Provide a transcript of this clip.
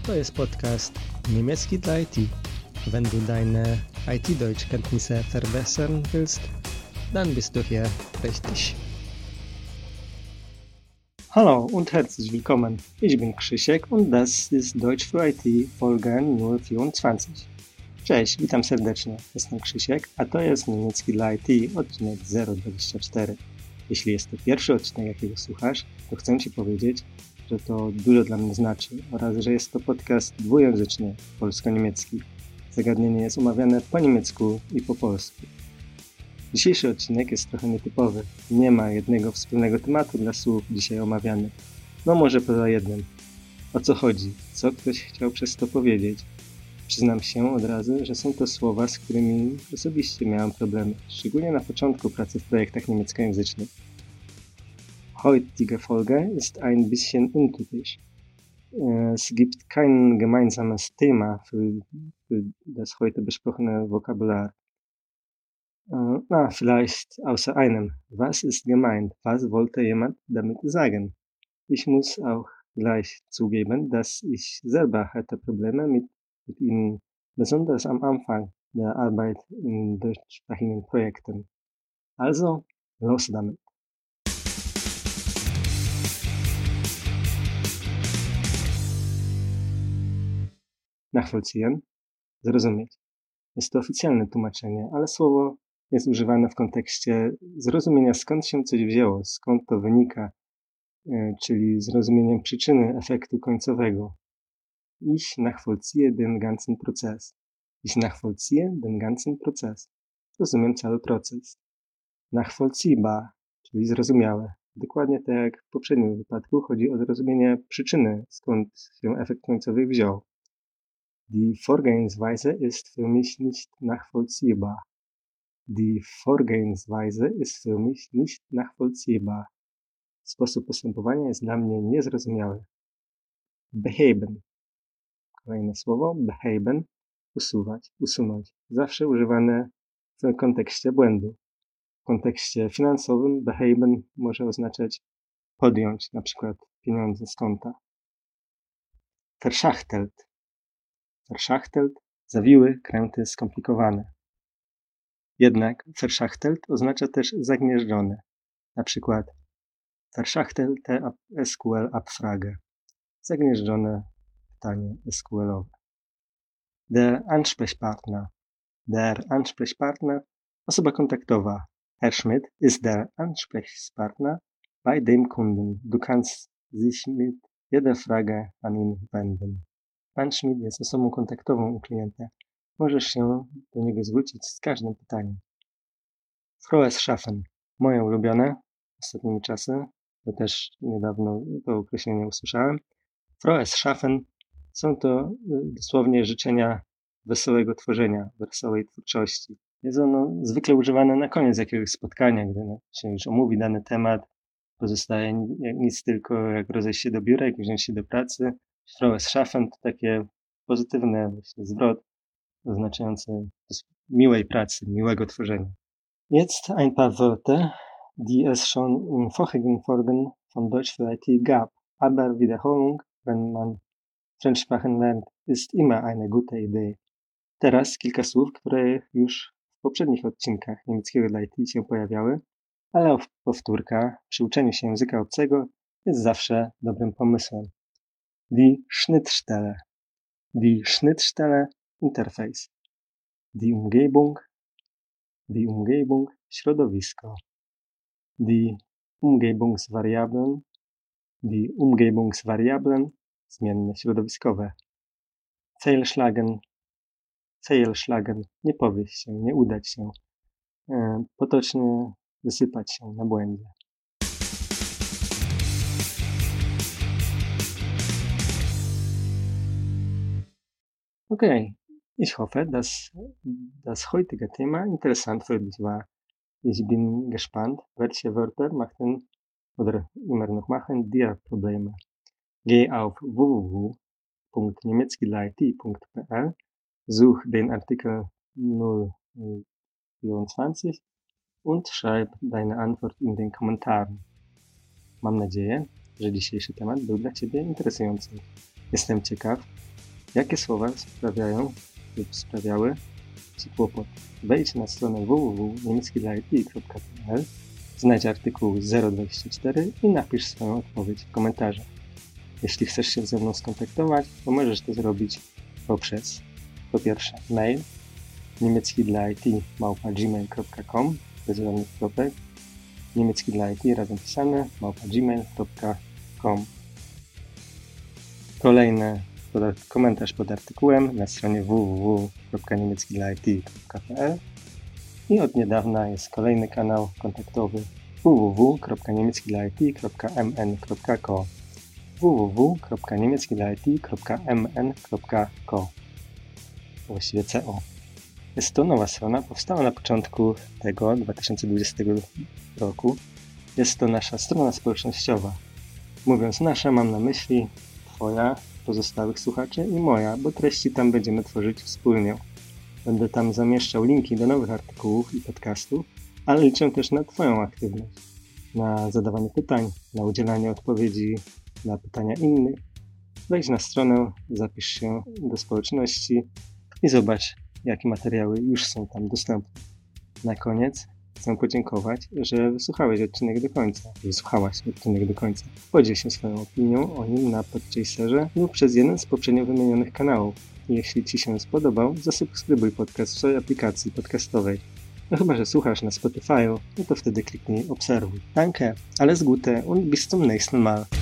To ist Podcast Niemiecki dla IT. Wenn du deine IT-Deutschkenntnisse verbessern willst, dann bist du hier richtig. Hallo und herzlich willkommen. Ich bin Krzysiek und das ist Deutsch für IT, Folge 024. Cześć, witam serdecznie. Jestem Krzysiek, a to jest Niemiecki dla IT, odcinek 024. Jeśli jest to pierwszy odcinek, jakiego słuchasz, to chcę Ci powiedzieć, że to dużo dla mnie znaczy oraz, że jest to podcast dwujęzyczny, polsko-niemiecki. Zagadnienie jest omawiane po niemiecku i po polsku. Dzisiejszy odcinek jest trochę nietypowy. Nie ma jednego wspólnego tematu dla słów dzisiaj omawianych. No może poza jednym. O co chodzi? Co ktoś chciał przez to powiedzieć? Przyznam się od razu, że są to słowa, z którymi osobiście miałem problemy, szczególnie na początku pracy w projektach niemieckojęzycznych. Heutige Folge ist ein bisschen untypisch. Es gibt kein gemeinsames Thema für das heute besprochene Vokabular. Vielleicht außer einem. Was ist gemeint? Was wollte jemand damit sagen? Ich muss auch gleich zugeben, dass ich selber hatte Probleme mit ihnen, besonders am Anfang der Arbeit in deutschsprachigen Projekten. Also, los damit! Nachvollziehen, zrozumieć. Jest to oficjalne tłumaczenie, ale słowo jest używane w kontekście zrozumienia, skąd się coś wzięło, skąd to wynika, czyli zrozumieniem przyczyny efektu końcowego. Ich nachvollziehe den ganzen Prozess. Ich nachvollziehe den ganzen Prozess. Rozumiem cały proces. Nachvollziehbar, czyli zrozumiałe. Dokładnie tak jak w poprzednim wypadku chodzi o zrozumienie przyczyny, skąd się efekt końcowy wziął. Die Vorgehensweise ist für mich nicht nachvollziehbar. Die Vorgehensweise ist für mich nicht nachvollziehbar. Sposób postępowania jest dla mnie niezrozumiały. Beheben. Kolejne słowo. Beheben. Usuwać, usunąć. Zawsze używane w kontekście błędu. W kontekście finansowym beheben może oznaczać podjąć, na przykład pieniądze z konta. Verschachtelt. Verschachtelt. Zawiły, kręty, skomplikowane. Jednak verschachtelt oznacza też zagnieżdżone. Na przykład verschachtelte SQL-Abfrage. Zagnieżdżone pytanie SQL-owe. Der Ansprechpartner. Der Ansprechpartner. Osoba kontaktowa. Herr Schmidt ist der Ansprechpartner bei dem Kunden. Du kannst sich mit jeder Frage an ihn wenden. Pan Schmidt jest osobą kontaktową u klienta. Możesz się do niego zwrócić z każdym pytaniem. Frohes Schaffen. Moje ulubione ostatnimi czasy, bo też niedawno to określenie usłyszałem. Frohes Schaffen są to dosłownie życzenia wesołego tworzenia, wesołej twórczości. Jest ono zwykle używane na koniec jakiegoś spotkania, gdy się już omówi dany temat. Pozostaje nic tylko jak rozejść się do biura, jak wziąć się do pracy. Frohes Schaffen to takie pozytywne właśnie zwrot oznaczający miłej pracy, miłego tworzenia. Jetzt ein paar Wörter, die es schon in vorherigen Folgen von Deutsch für IT gab. Aber Wiederholung, wenn man Fremdsprachen lernt, ist immer eine gute Idee. Teraz kilka słów, które już w poprzednich odcinkach niemieckiego dla IT się pojawiały, ale powtórka przy uczeniu się języka obcego jest zawsze dobrym pomysłem. Die Schnittstelle. Die Schnittstelle, Interface. Die Umgebung, środowisko. Die Umgebungsvariablen, zmienne środowiskowe. Fehlschlagen, nie powieść się, nie udać się. Potocznie wysypać się na błędzie. Okay, ich hoffe, dass das heutige Thema interessant für dich war. Ich bin gespannt, welche Wörter machen oder immer noch machen dir Probleme. Geh auf www.niemieckidlait.pl, such den Artikel 024 und schreib deine Antwort in den Kommentaren. Mam nadzieję, że dzisiejszy temat był dla Ciebie interesujący. Jestem ciekaw, Jakie słowa sprawiają lub sprawiały Ci kłopot? Wejdź na stronę www.niemieckidlaIT.pl, znajdź artykuł 024 i napisz swoją odpowiedź w komentarzach. Jeśli chcesz się ze mną skontaktować, to możesz to zrobić poprzez po pierwsze mail niemieckidlaIT@gmail.com bez żadnych kropek, niemieckidlaIT razem pisane @gmail.com. Kolejny komentarz pod artykułem na stronie www.niemieckidlaIT.pl i od niedawna jest kolejny kanał kontaktowy www.niemieckidlaIT.mn.co www.niemieckidlaIT.mn.co właściwie CO. Jest to nowa strona, powstała na początku tego 2020 roku. Jest to nasza strona społecznościowa. Mówiąc nasza, mam na myśli Twoja, pozostałych słuchaczy i moja, bo treści tam będziemy tworzyć wspólnie. Będę tam zamieszczał linki do nowych artykułów i podcastów, ale liczę też na Twoją aktywność, na zadawanie pytań, na udzielanie odpowiedzi na pytania innych. Wejdź na stronę, zapisz się do społeczności i zobacz, jakie materiały już są tam dostępne. Na koniec chcę podziękować, że wysłuchałaś odcinek do końca. Podziel się swoją opinią o nim na Podchaserze lub przez jeden z poprzednio wymienionych kanałów. Jeśli Ci się spodobał, zasubskrybuj podcast w swojej aplikacji podcastowej. No chyba, że słuchasz na Spotify'u, no to wtedy kliknij obserwuj. Danke, alles Gute und bis zum nächsten Mal.